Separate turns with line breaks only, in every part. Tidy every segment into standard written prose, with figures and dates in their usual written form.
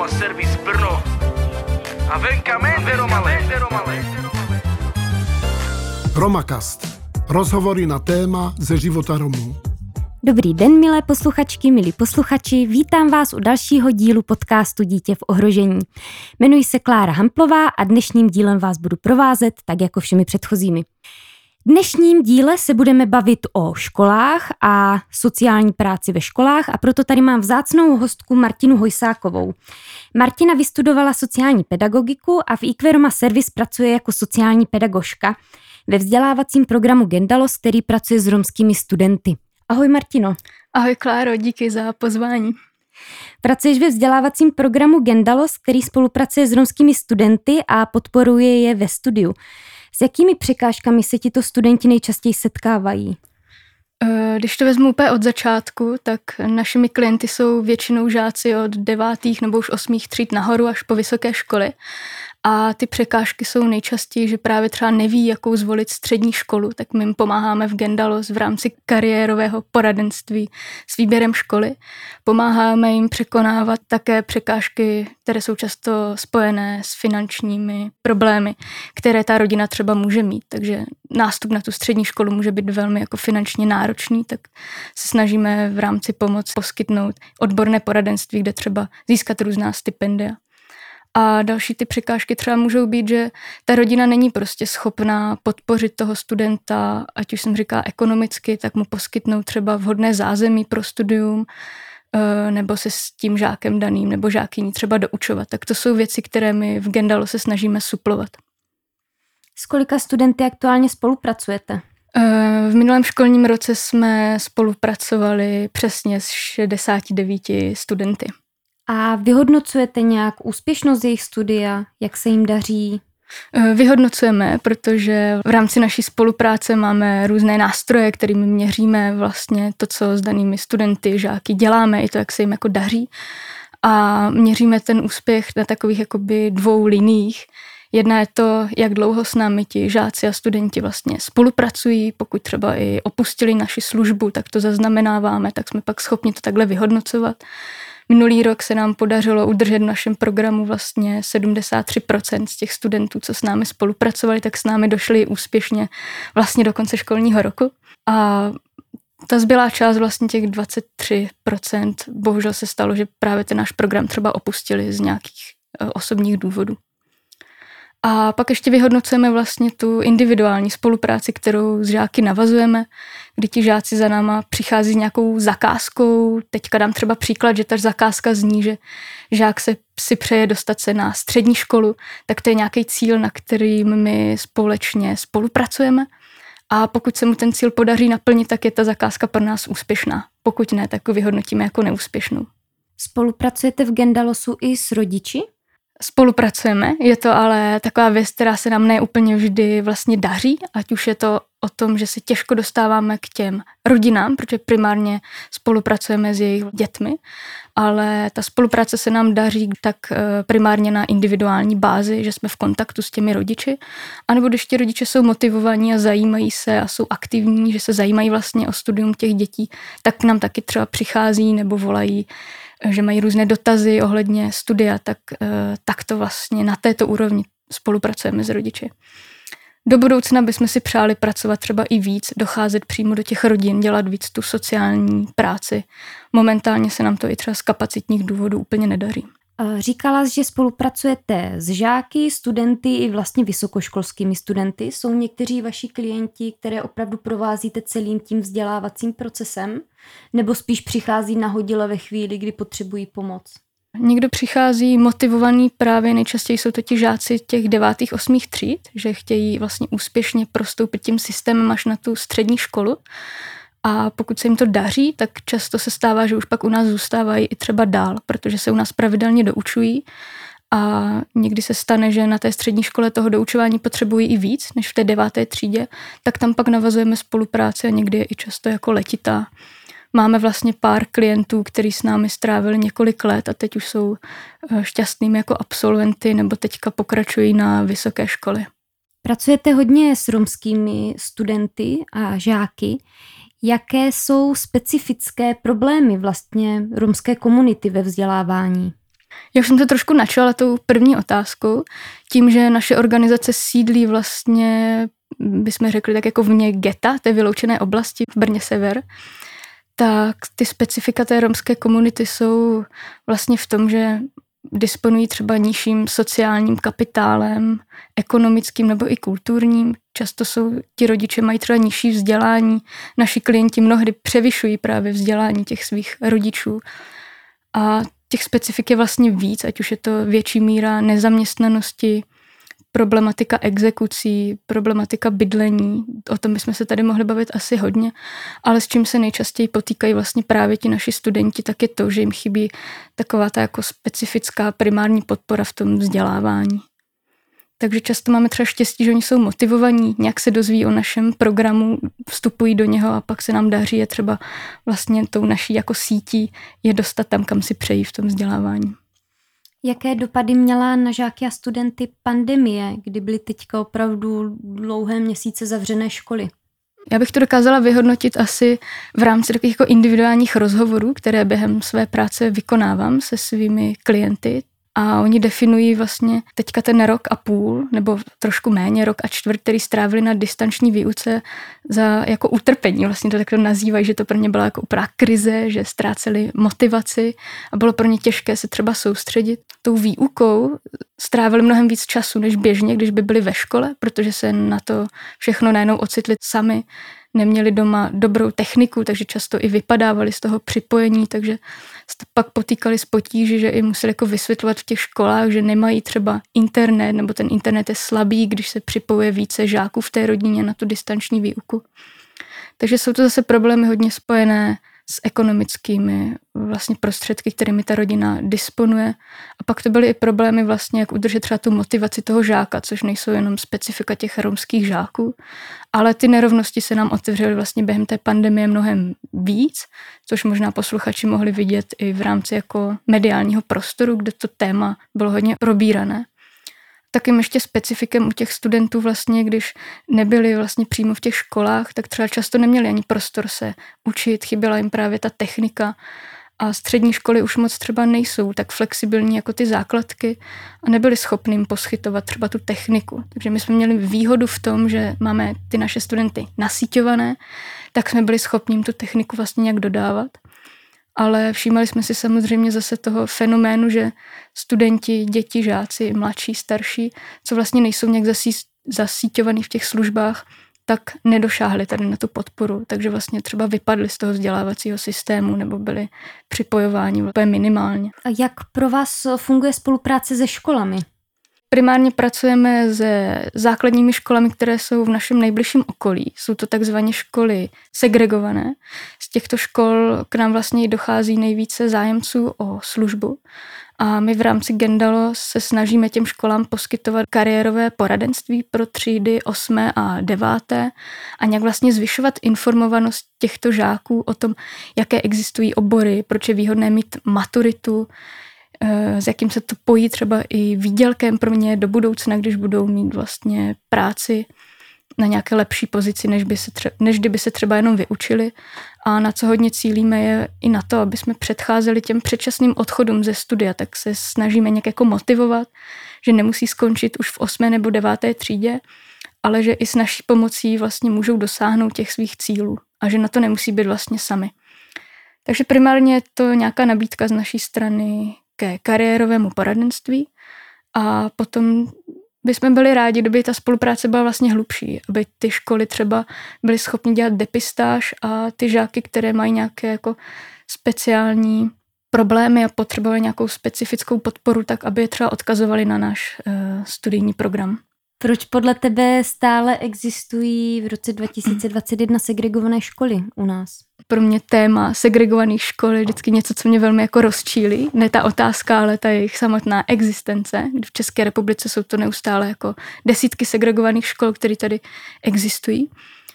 Servis Brno a venka Ménderomale.
Romakast. Rozhovory na téma ze života Romů.
Dobrý den, milé posluchačky, milí posluchači, vítám vás u dalšího dílu podcastu Dítě v ohrožení. Jmenuji se Klára Hamplová a dnešním dílem vás budu provázet, tak jako všemi předchozími. V dnešním díle se budeme bavit o školách a sociální práci ve školách a proto tady mám vzácnou hostku Martinu Hojsákovou. Martina vystudovala sociální pedagogiku a v IQ Servis pracuje jako sociální pedagožka ve vzdělávacím programu Gendalos, který pracuje s romskými studenty. Ahoj Martino.
Ahoj Kláro, díky za pozvání.
Pracuješ ve vzdělávacím programu Gendalos, který spolupracuje s romskými studenty a podporuje je ve studiu. S jakými překážkami se tito studenti nejčastěji setkávají?
Když to vezmu úplně od začátku, tak našimi klienty jsou většinou žáci od 9. nebo už 8. tříd nahoru až po vysoké školy. A ty překážky jsou nejčastěji, že právě třeba neví, jakou zvolit střední školu, tak my jim pomáháme v Gendalos v rámci kariérového poradenství s výběrem školy. Pomáháme jim překonávat také překážky, které jsou často spojené s finančními problémy, které ta rodina třeba může mít. Takže nástup na tu střední školu může být velmi jako finančně náročný, tak se snažíme v rámci pomoci poskytnout odborné poradenství, kde třeba získat různá stipendia. A další ty překážky třeba můžou být, že ta rodina není prostě schopná podpořit toho studenta, ať už jsem říká ekonomicky, tak mu poskytnout třeba vhodné zázemí pro studium, nebo se s tím žákem daným nebo žákyní třeba doučovat. Tak to jsou věci, které my v Gendalo se snažíme suplovat.
S kolika studenty aktuálně spolupracujete?
V minulém školním roce jsme spolupracovali přesně s 69 studenty.
A vyhodnocujete nějak úspěšnost jejich studia, jak se jim daří?
Vyhodnocujeme, protože v rámci naší spolupráce máme různé nástroje, kterými měříme vlastně to, co s danými studenty, žáky děláme, i to, jak se jim jako daří. A měříme ten úspěch na takových jakoby 2 liniích. Jedna je to, jak dlouho s námi ti žáci a studenti vlastně spolupracují, pokud třeba i opustili naši službu, tak to zaznamenáváme, tak jsme pak schopni to takhle vyhodnocovat. Minulý rok se nám podařilo udržet v našem programu vlastně 73% z těch studentů, co s námi spolupracovali, tak s námi došli úspěšně vlastně do konce školního roku. A ta zbylá část vlastně těch 23%, bohužel se stalo, že právě ten náš program třeba opustili z nějakých osobních důvodů. A pak ještě vyhodnocujeme vlastně tu individuální spolupráci, kterou s žáky navazujeme, kdy ti žáci za náma přichází s nějakou zakázkou. Teďka dám třeba příklad, že ta zakázka zní, že žák si přeje dostat se na střední školu, tak to je nějaký cíl, na kterým my společně spolupracujeme. A pokud se mu ten cíl podaří naplnit, tak je ta zakázka pro nás úspěšná. Pokud ne, tak ji vyhodnotíme jako neúspěšnou.
Spolupracujete v Gendalosu i s rodiči?
Spolupracujeme, je to ale taková věc, která se nám ne úplně vždy vlastně daří, ať už je to o tom, že se těžko dostáváme k těm rodinám, protože primárně spolupracujeme s jejich dětmi, ale ta spolupráce se nám daří tak primárně na individuální bázi, že jsme v kontaktu s těmi rodiči, anebo když ti rodiče jsou motivovaní a zajímají se a jsou aktivní, že se zajímají vlastně o studium těch dětí, tak k nám taky třeba přichází nebo volají, že mají různé dotazy ohledně studia, tak to vlastně na této úrovni spolupracujeme s rodiči. Do budoucna bychom si přáli pracovat třeba i víc, docházet přímo do těch rodin, dělat víc tu sociální práci. Momentálně se nám to i třeba z kapacitních důvodů úplně nedaří.
Říkala jsi, že spolupracujete s žáky, studenty i vlastně vysokoškolskými studenty. Jsou někteří vaši klienti, které opravdu provázíte celým tím vzdělávacím procesem? Nebo spíš přichází nahodile ve chvíli, kdy potřebují pomoc?
Někdo přichází motivovaný, právě nejčastěji jsou to ti žáci těch 9. 8. tříd, že chtějí vlastně úspěšně prostoupit tím systémem až na tu střední školu. A pokud se jim to daří, tak často se stává, že už pak u nás zůstávají i třeba dál, protože se u nás pravidelně doučují a někdy se stane, že na té střední škole toho doučování potřebují i víc než v té 9. třídě, tak tam pak navazujeme spolupráci a někdy je i často jako letitá. Máme vlastně pár klientů, kteří s námi strávili několik let a teď už jsou šťastnými jako absolventy nebo teďka pokračují na vysoké školy.
Pracujete hodně s romskými studenty a žáky. Jaké jsou specifické problémy vlastně romské komunity ve vzdělávání?
Já už jsem se trošku načala tou první otázkou, tím, že naše organizace sídlí vlastně, bychom řekli tak jako vně geta, té vyloučené oblasti v Brně sever, tak ty specifika té romské komunity jsou vlastně v tom, že disponují třeba nižším sociálním kapitálem, ekonomickým nebo i kulturním. Často ti rodiče mají třeba nižší vzdělání. Naši klienti mnohdy převyšují právě vzdělání těch svých rodičů. A těch specifik je vlastně víc, ať už je to větší míra nezaměstnanosti, problematika exekucí, problematika bydlení, o tom bychom se tady mohli bavit asi hodně, ale s čím se nejčastěji potýkají vlastně právě ti naši studenti, tak je to, že jim chybí taková ta jako specifická primární podpora v tom vzdělávání. Takže často máme třeba štěstí, že oni jsou motivovaní, nějak se dozví o našem programu, vstupují do něho a pak se nám daří je třeba vlastně tou naší jako sítí je dostat tam, kam si přejí v tom vzdělávání.
Jaké dopady měla na žáky a studenty pandemie, kdy byly teďka opravdu dlouhé měsíce zavřené školy?
Já bych to dokázala vyhodnotit asi v rámci takových jako individuálních rozhovorů, které během své práce vykonávám se svými klienty. A oni definují vlastně teďka ten rok a půl, nebo trošku méně, rok a čtvrt, který strávili na distanční výuce za jako utrpení. Vlastně to takto nazývají, že to pro ně byla jako úplná krize, že ztráceli motivaci a bylo pro ně těžké se třeba soustředit. Tou výukou strávili mnohem víc času než běžně, když by byli ve škole, protože se na to všechno najednou ocitli sami. Neměli doma dobrou techniku, takže často i vypadávali z toho připojení, takže se pak potýkali s potíži, že i museli jako vysvětlovat v těch školách, že nemají třeba internet, nebo ten internet je slabý, když se připojuje více žáků v té rodině na tu distanční výuku. Takže jsou to zase problémy hodně spojené s ekonomickými vlastně prostředky, kterými ta rodina disponuje. A pak to byly i problémy vlastně, jak udržet třeba tu motivaci toho žáka, což nejsou jenom specifika těch romských žáků, ale ty nerovnosti se nám otevřely vlastně během té pandemie mnohem víc, což možná posluchači mohli vidět i v rámci jako mediálního prostoru, kde to téma bylo hodně probírané. Takým ještě specifikem u těch studentů vlastně, když nebyli vlastně přímo v těch školách, tak třeba často neměli ani prostor se učit, chyběla jim právě ta technika a střední školy už moc třeba nejsou tak flexibilní jako ty základky a nebyli schopni jim poskytovat třeba tu techniku. Takže my jsme měli výhodu v tom, že máme ty naše studenty nasíťované, tak jsme byli schopni jim tu techniku vlastně nějak dodávat. Ale všímali jsme si samozřejmě zase toho fenoménu, že studenti, děti, žáci, mladší, starší, co vlastně nejsou nějak zasíťovaní v těch službách, tak nedošáhli tady na tu podporu. Takže vlastně třeba vypadli z toho vzdělávacího systému nebo byli připojováni úplně minimálně.
A jak pro vás funguje spolupráce se školami?
Primárně pracujeme se základními školami, které jsou v našem nejbližším okolí. Jsou to takzvané školy segregované. Z těchto škol k nám vlastně dochází nejvíce zájemců o službu. A my v rámci Gendalo se snažíme těm školám poskytovat kariérové poradenství pro třídy 8. a 9. a nějak vlastně zvyšovat informovanost těchto žáků o tom, jaké existují obory, proč je výhodné mít maturitu, s jakým se to pojí třeba i výdělkem pro ně do budoucna, když budou mít vlastně práci na nějaké lepší pozici, než kdyby se třeba jenom vyučili. A na co hodně cílíme je i na to, aby jsme předcházeli těm předčasným odchodům ze studia, tak se snažíme nějak jako motivovat, že nemusí skončit už v 8. nebo 9. třídě, ale že i s naší pomocí vlastně můžou dosáhnout těch svých cílů a že na to nemusí být vlastně sami. Takže primárně je to nějaká nabídka z naší strany ke kariérovému poradenství a potom bychom byli rádi, kdyby ta spolupráce byla vlastně hlubší, aby ty školy třeba byly schopny dělat depistáž a ty žáky, které mají nějaké jako speciální problémy a potřebovali nějakou specifickou podporu, tak aby je třeba odkazovali na náš studijní program.
Proč podle tebe stále existují v roce 2021 segregované školy u nás?
Pro mě téma segregovaných škol je vždycky něco, co mě velmi jako rozčílí. Ne ta otázka, ale ta jejich samotná existence. V České republice jsou to neustále jako desítky segregovaných škol, které tady existují.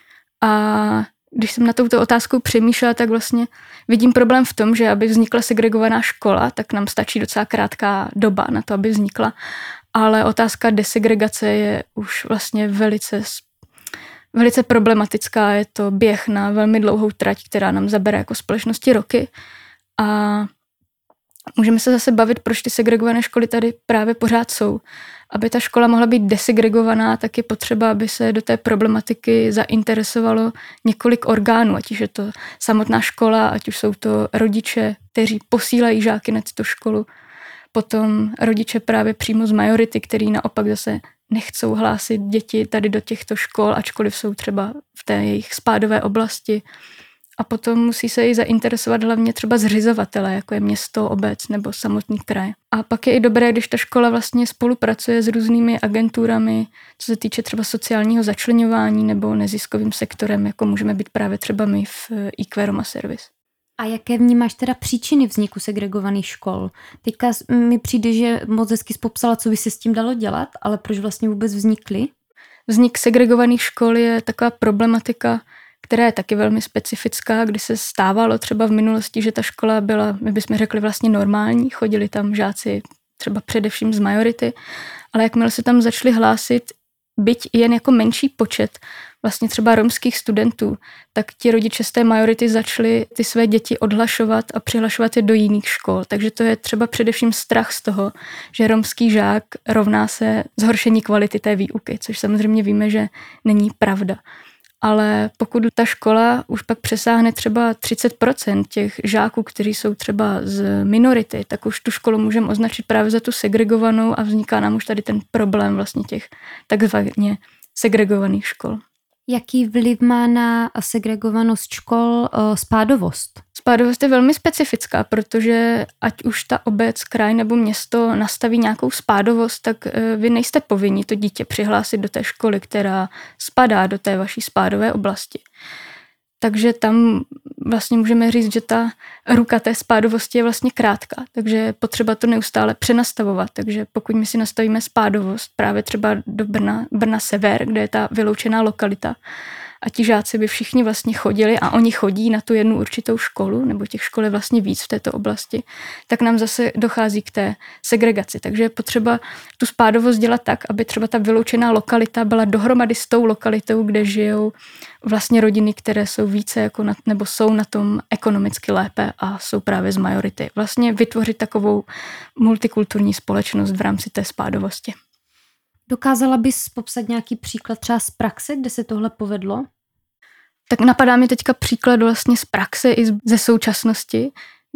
A když jsem na touto otázkou přemýšlela, tak vlastně vidím problém v tom, že aby vznikla segregovaná škola, tak nám stačí docela krátká doba na to, aby vznikla. Ale otázka desegregace je už vlastně velice problematická. Je to běh na velmi dlouhou trať, která nám zabere jako společnosti roky. A Můžeme se zase bavit, proč ty segregované školy tady právě pořád jsou. Aby ta škola mohla být desegregovaná, tak je potřeba, aby se do té problematiky zainteresovalo několik orgánů, ať už je to samotná škola, ať už jsou to rodiče, kteří posílají žáky na tuto školu, potom rodiče právě přímo z majority, který naopak zase nechcou hlásit děti tady do těchto škol, ačkoliv jsou třeba v té jejich spádové oblasti. A potom musí se i zainteresovat hlavně třeba zřizovatele, jako je město, obec nebo samotný kraj. A pak je i dobré, když ta škola vlastně spolupracuje s různými agenturami, co se týče třeba sociálního začleňování nebo neziskovým sektorem, jako můžeme být právě třeba my v IQ Roma Service.
A jaké vnímáš teda příčiny vzniku segregovaných škol? Teďka mi přijde, že moc hezky popsala, co by se s tím dalo dělat, ale proč vlastně vůbec vznikly?
Vznik segregovaných škol je taková problematika, která je taky velmi specifická, kdy se stávalo třeba v minulosti, že ta škola byla, my bychom řekli vlastně normální, chodili tam žáci třeba především z majority, ale jakmile se tam začali hlásit, byť jen jako menší počet vlastně třeba romských studentů, tak ti rodiče z té majority začali ty své děti odhlašovat a přihlašovat je do jiných škol. Takže to je třeba především strach z toho, že romský žák rovná se zhoršení kvality té výuky, což samozřejmě víme, že není pravda. Ale pokud ta škola už pak přesáhne třeba 30% těch žáků, kteří jsou třeba z minority, tak už tu školu můžeme označit právě za tu segregovanou a vzniká nám už tady ten problém vlastně těch takzvaně segregovaných škol.
Jaký vliv má na segregovanost škol spádovost?
Spádovost je velmi specifická, protože ať už ta obec, kraj nebo město nastaví nějakou spádovost, tak vy nejste povinni to dítě přihlásit do té školy, která spadá do té vaší spádové oblasti. Takže tam vlastně můžeme říct, že ta ruka té spádovosti je vlastně krátká, takže je potřeba to neustále přenastavovat. Takže pokud my si nastavíme spádovost právě třeba do Brna sever, kde je ta vyloučená lokalita, a ti žáci by všichni vlastně chodili a oni chodí na tu jednu určitou školu, nebo těch škol je vlastně víc v této oblasti, tak nám zase dochází k té segregaci. Takže je potřeba tu spádovost dělat tak, aby třeba ta vyloučená lokalita byla dohromady s tou lokalitou, kde žijou vlastně rodiny, které jsou více jako nebo jsou na tom ekonomicky lépe a jsou právě z majority. Vlastně vytvořit takovou multikulturní společnost v rámci té spádovosti.
Dokázala bys popsat nějaký příklad třeba z praxe, kde se tohle povedlo?
Tak napadá mi teďka příklad vlastně z praxe i ze současnosti,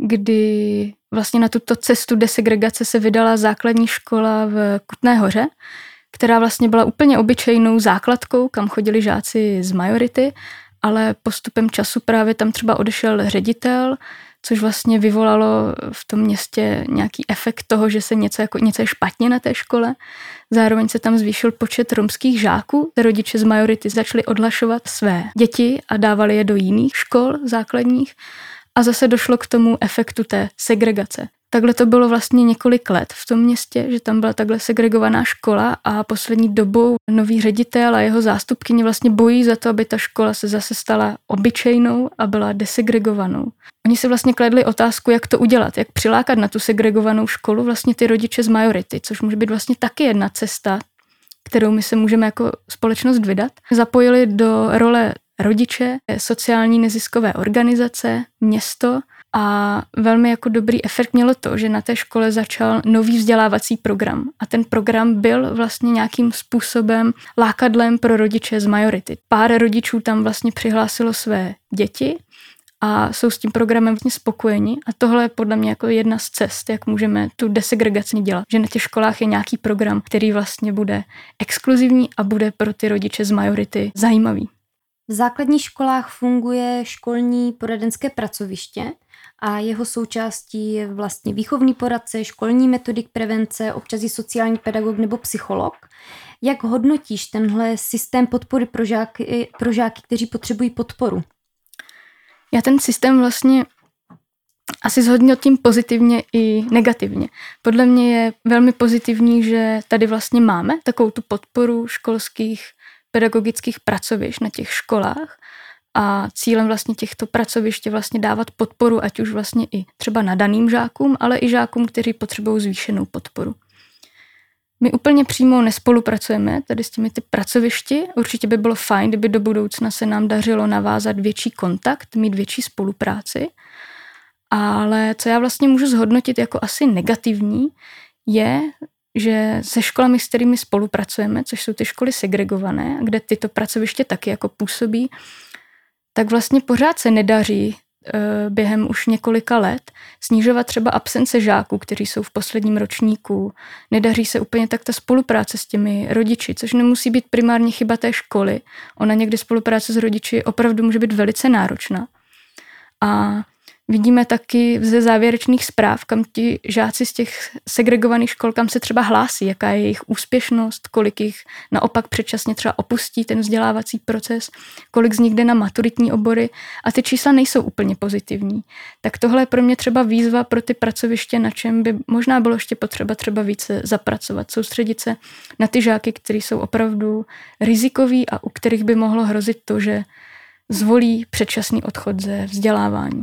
kdy vlastně na tuto cestu desegregace se vydala základní škola v Kutné Hoře, která vlastně byla úplně obyčejnou základkou, kam chodili žáci z majority, ale postupem času právě tam třeba odešel ředitel, což vlastně vyvolalo v tom městě nějaký efekt toho, že se něco je špatně na té škole. Zároveň se tam zvýšil počet romských žáků. Rodiče z majority začali odhlašovat své děti a dávali je do jiných škol základních a zase došlo k tomu efektu té segregace. Takhle to bylo vlastně několik let v tom městě, že tam byla takhle segregovaná škola a poslední dobou nový ředitel a jeho zástupkyně vlastně bojí za to, aby ta škola se zase stala obyčejnou a byla desegregovanou. Oni si vlastně kladli otázku, jak to udělat, jak přilákat na tu segregovanou školu vlastně ty rodiče z majority, což může být vlastně taky jedna cesta, kterou my se můžeme jako společnost vydat. Zapojili do role rodiče, sociální neziskové organizace, město a velmi jako dobrý efekt mělo to, že na té škole začal nový vzdělávací program a ten program byl vlastně nějakým způsobem lákadlem pro rodiče z majority. Pár rodičů tam vlastně přihlásilo své děti a jsou s tím programem vlastně spokojeni a tohle je podle mě jako jedna z cest, jak můžeme tu desegregaci dělat, že na těch školách je nějaký program, který vlastně bude exkluzivní a bude pro ty rodiče z majority zajímavý.
V základních školách funguje školní poradenské pracoviště a jeho součástí je vlastně výchovný poradce, školní metodik prevence, občas i sociální pedagog nebo psycholog. Jak hodnotíš tenhle systém podpory pro žáky, kteří potřebují podporu?
Já ten systém vlastně asi zhodnotím pozitivně i negativně. Podle mě je velmi pozitivní, že tady vlastně máme takovou tu podporu školských pedagogických pracovišť na těch školách a cílem vlastně těchto pracovišť je vlastně dávat podporu, ať už vlastně i třeba nadaným žákům, ale i žákům, kteří potřebují zvýšenou podporu. My úplně přímo nespolupracujeme tady s těmi ty pracovišti. Určitě by bylo fajn, kdyby do budoucna se nám dařilo navázat větší kontakt, mít větší spolupráci. Ale co já vlastně můžu zhodnotit jako asi negativní, je, že se školami, s kterými spolupracujeme, což jsou ty školy segregované, kde tyto pracoviště taky jako působí, tak vlastně pořád se nedaří během už několika let snižovat třeba absence žáků, kteří jsou v posledním ročníku. Nedaří se úplně tak ta spolupráce s těmi rodiči, což nemusí být primárně chyba té školy. Ona někdy spolupráce s rodiči opravdu může být velice náročná. A vidíme taky ze závěrečných zpráv, kam ti žáci z těch segregovaných škol, kam se třeba hlásí, jaká je jejich úspěšnost, kolik jich naopak předčasně třeba opustí ten vzdělávací proces, kolik z nich jde na maturitní obory a ty čísla nejsou úplně pozitivní. Tak tohle je pro mě třeba výzva pro ty pracoviště, na čem by možná bylo ještě potřeba třeba více zapracovat, soustředit se na ty žáky, kteří jsou opravdu rizikoví a u kterých by mohlo hrozit to, že zvolí předčasný odchod ze vzdělávání.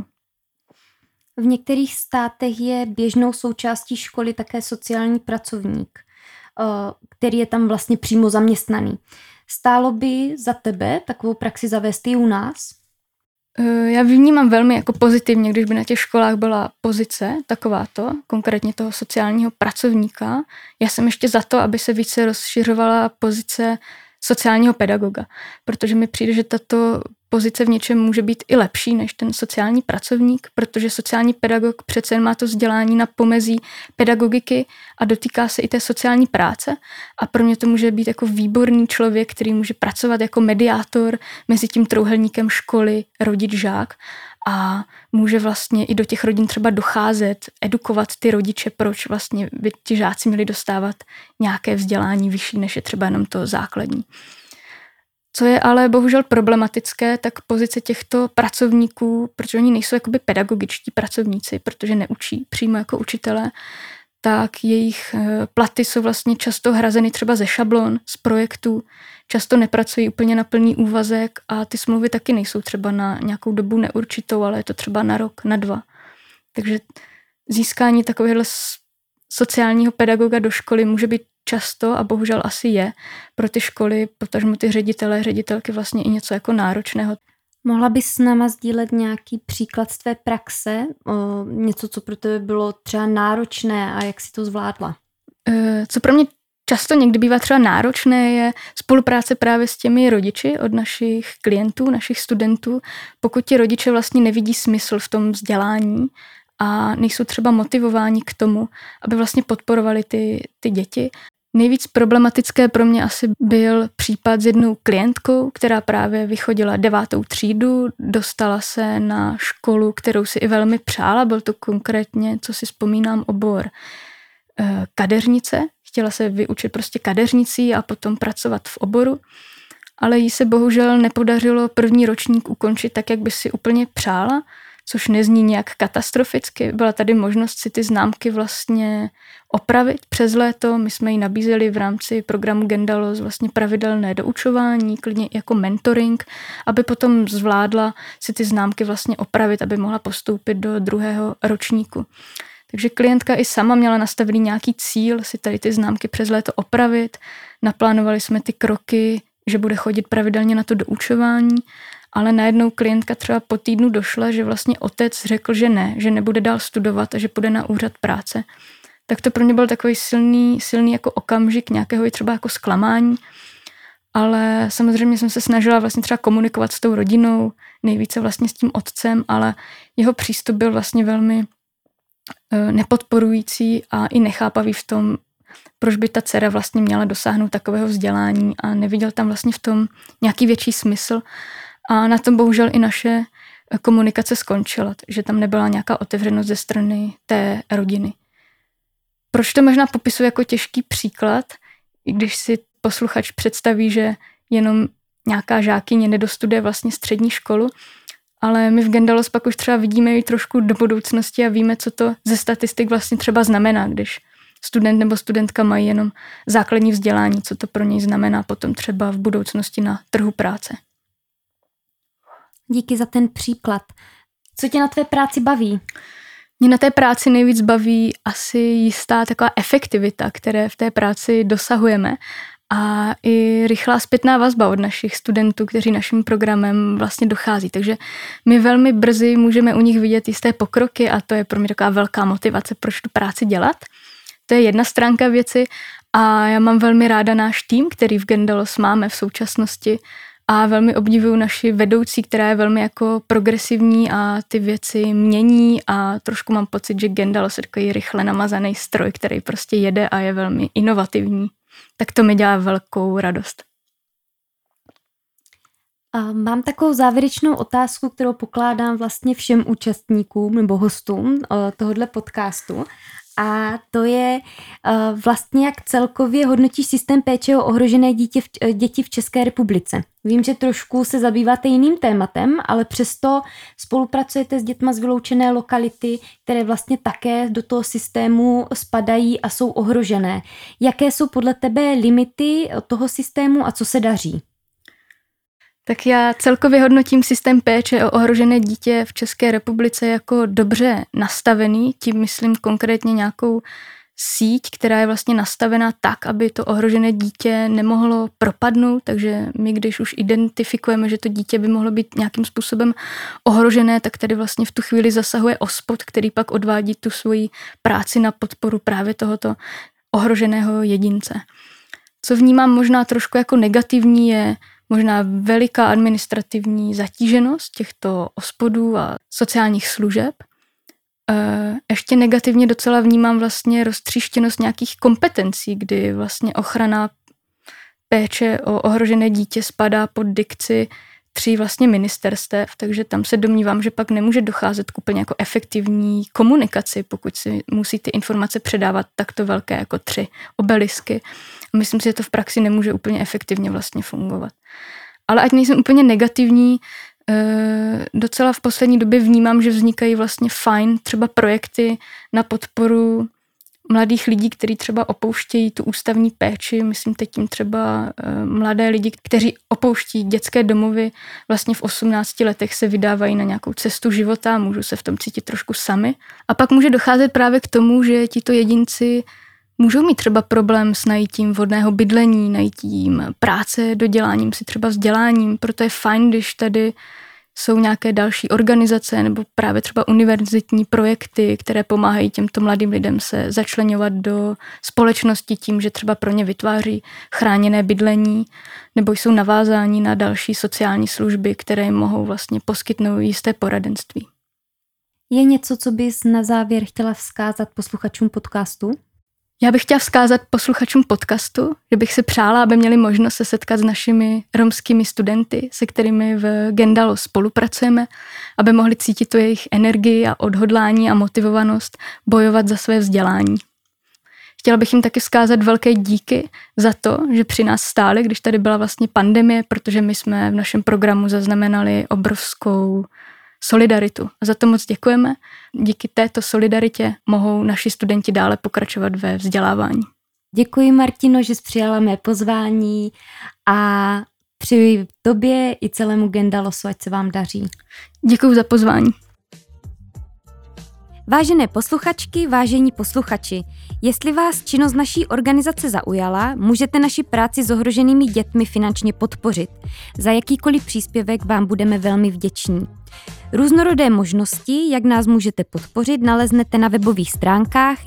V některých státech je běžnou součástí školy také sociální pracovník, který je tam vlastně přímo zaměstnaný. Stálo by za tebe takovou praxi zavést i u nás?
Já vnímám velmi jako pozitivně, když by na těch školách byla pozice takováto, konkrétně toho sociálního pracovníka. Já jsem ještě za to, aby se více rozšiřovala pozice sociálního pedagoga, protože mi přijde, že tato pozice v něčem může být i lepší než ten sociální pracovník, protože sociální pedagog přece má to vzdělání na pomezí pedagogiky a dotýká se i té sociální práce a pro mě to může být jako výborný člověk, který může pracovat jako mediátor mezi tím trojúhelníkem školy, rodič, žák a může vlastně i do těch rodin třeba docházet, edukovat ty rodiče, proč vlastně by ti žáci měli dostávat nějaké vzdělání vyšší, než je třeba jenom to základní. Co je ale bohužel problematické, tak pozice těchto pracovníků, protože oni nejsou jakoby pedagogičtí pracovníci, protože neučí přímo jako učitelé, tak jejich platy jsou vlastně často hrazeny třeba ze šablon, z projektů, často nepracují úplně na plný úvazek a ty smlouvy taky nejsou třeba na nějakou dobu neurčitou, ale je to třeba na rok, na 2. Takže získání takového sociálního pedagoga do školy může být často a bohužel asi je pro ty školy, potažmo ty ředitelky vlastně i něco jako náročného.
Mohla bys s náma sdílet nějaký příklad z tvé praxe? Něco, co pro tebe bylo třeba náročné a jak jsi to zvládla?
Co pro mě často někdy bývá třeba náročné, je spolupráce právě s těmi rodiči od našich klientů, našich studentů. Pokud ti rodiče vlastně nevidí smysl v tom vzdělání a nejsou třeba motivováni k tomu, aby vlastně podporovali ty děti. Nejvíc problematické pro mě asi byl případ s jednou klientkou, která právě vychodila 9. třídu, dostala se na školu, kterou si i velmi přála, byl to konkrétně, co si vzpomínám, obor kadeřnice. Chtěla se vyučit prostě kadeřnicí a potom pracovat v oboru, ale jí se bohužel nepodařilo první ročník ukončit tak, jak by si úplně přála, což nezní nějak katastroficky. Byla tady možnost si ty známky vlastně opravit přes léto. My jsme jí nabízeli v rámci programu Gendalos vlastně pravidelné doučování, klidně jako mentoring, aby potom zvládla si ty známky vlastně opravit, aby mohla postoupit do 2. ročníku. Takže klientka i sama měla nastavený nějaký cíl si tady ty známky přes léto opravit. Naplánovali jsme ty kroky, že bude chodit pravidelně na to doučování, ale najednou klientka třeba po týdnu došla, že vlastně otec řekl, že ne, že nebude dál studovat a že půjde na úřad práce. Tak to pro mě byl takový silný jako okamžik nějakého i třeba jako zklamání, ale samozřejmě jsem se snažila vlastně třeba komunikovat s tou rodinou, nejvíce vlastně s tím otcem, ale jeho přístup byl vlastně velmi nepodporující a i nechápavý v tom, proč by ta dcera vlastně měla dosáhnout takového vzdělání a neviděl tam vlastně v tom nějaký větší smysl. A na tom bohužel i naše komunikace skončila, že tam nebyla nějaká otevřenost ze strany té rodiny. Proč to možná popisuji jako těžký příklad, i když si posluchač představí, že jenom nějaká žákyně nedostuduje vlastně střední školu, ale my v Gendalos pak už třeba vidíme i trošku do budoucnosti a víme, co to ze statistik vlastně třeba znamená, když student nebo studentka mají jenom základní vzdělání, co to pro něj znamená potom třeba v budoucnosti na trhu práce.
Díky za ten příklad. Co tě na tvé práci baví?
Mě na té práci nejvíc baví asi jistá taková efektivita, které v té práci dosahujeme a i rychlá zpětná vazba od našich studentů, kteří naším programem vlastně dochází. Takže my velmi brzy můžeme u nich vidět jisté pokroky a to je pro mě taková velká motivace, proč tu práci dělat. To je jedna stránka věci a já mám velmi ráda náš tým, který v Gendalos máme v současnosti a velmi obdivuju naši vedoucí, která je velmi jako progresivní a ty věci mění a trošku mám pocit, že Gendalos je takový rychle namazaný stroj, který prostě jede a je velmi inovativní. Tak to mi dělá velkou radost.
A mám takovou závěrečnou otázku, kterou pokládám vlastně všem účastníkům nebo hostům tohohle podcastu. A to je vlastně, jak celkově hodnotíš systém péče o ohrožené děti v České republice. Vím, že trošku se zabýváte jiným tématem, ale přesto spolupracujete s dětma z vyloučené lokality, které vlastně také do toho systému spadají a jsou ohrožené. Jaké jsou podle tebe limity toho systému a co se daří?
Tak já celkově hodnotím systém péče o ohrožené dítě v České republice jako dobře nastavený, tím myslím konkrétně nějakou síť, která je vlastně nastavená tak, aby to ohrožené dítě nemohlo propadnout, takže my, když už identifikujeme, že to dítě by mohlo být nějakým způsobem ohrožené, tak tady vlastně v tu chvíli zasahuje OSPOD, který pak odvádí tu svoji práci na podporu právě tohoto ohroženého jedince. Co vnímám možná trošku jako negativní je možná veliká administrativní zatíženost těchto OSPODů a sociálních služeb. Ještě negativně docela vnímám vlastně roztříštěnost nějakých kompetencí, kdy vlastně ochrana péče o ohrožené dítě spadá pod dikci 3 vlastně ministerstev, takže tam se domnívám, že pak nemůže docházet k úplně jako efektivní komunikaci, pokud si musí ty informace předávat takto velké jako 3 obelisky. A myslím si, že to v praxi nemůže úplně efektivně vlastně fungovat. Ale ať nejsem úplně negativní, docela v poslední době vnímám, že vznikají vlastně fajn třeba projekty na podporu mladých lidí, kteří třeba opouštějí tu ústavní péči, myslím teď tím třeba mladé lidi, kteří opouští dětské domovy, vlastně v 18 letech se vydávají na nějakou cestu života, můžou se v tom cítit trošku sami. A pak může docházet právě k tomu, že tito jedinci můžou mít třeba problém s najítím vhodného bydlení, najítím práce, doděláním si třeba vzděláním, proto je fajn, když tady jsou nějaké další organizace nebo právě třeba univerzitní projekty, které pomáhají těmto mladým lidem se začleňovat do společnosti tím, že třeba pro ně vytváří chráněné bydlení nebo jsou navázáni na další sociální služby, které jim mohou vlastně poskytnout jisté poradenství.
Je něco, co bys na závěr chtěla vzkázat posluchačům podcastu?
Já bych chtěla vzkázat posluchačům podcastu, že bych si přála, aby měli možnost se setkat s našimi romskými studenty, se kterými v Gendalos spolupracujeme, aby mohli cítit tu jejich energii a odhodlání a motivovanost bojovat za své vzdělání. Chtěla bych jim taky vzkázat velké díky za to, že při nás stáli, když tady byla vlastně pandemie, protože my jsme v našem programu zaznamenali obrovskou solidaritu. A za to moc děkujeme. Díky této solidaritě mohou naši studenti dále pokračovat ve vzdělávání.
Děkuji, Martino, že jsi přijala mé pozvání a přeji tobě i celému Gendalosu, ať se vám daří.
Děkuji za pozvání.
Vážené posluchačky, vážení posluchači, jestli vás činnost naší organizace zaujala, můžete naši práci s ohroženými dětmi finančně podpořit. Za jakýkoliv příspěvek vám budeme velmi vděční. Různorodé možnosti, jak nás můžete podpořit, naleznete na webových stránkách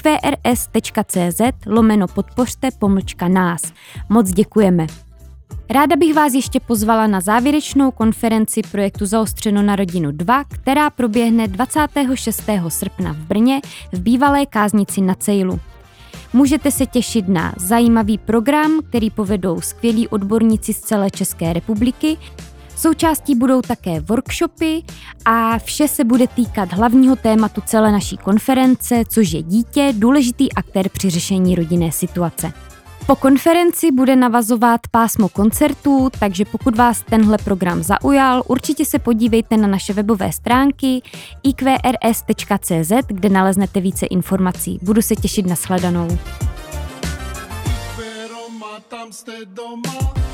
iqrs.cz/podpořte-nás. Moc děkujeme. Ráda bych vás ještě pozvala na závěrečnou konferenci projektu Zaostřeno na rodinu 2, která proběhne 26. srpna v Brně v bývalé káznici na Cejlu. Můžete se těšit na zajímavý program, který povedou skvělí odborníci z celé České republiky. Součástí budou také workshopy a vše se bude týkat hlavního tématu celé naší konference, což je dítě, důležitý aktér při řešení rodinné situace. Po konferenci bude navazovat pásmo koncertů, takže pokud vás tenhle program zaujal, určitě se podívejte na naše webové stránky iqrs.cz, kde naleznete více informací. Budu se těšit na shledanou.
Tam jste doma.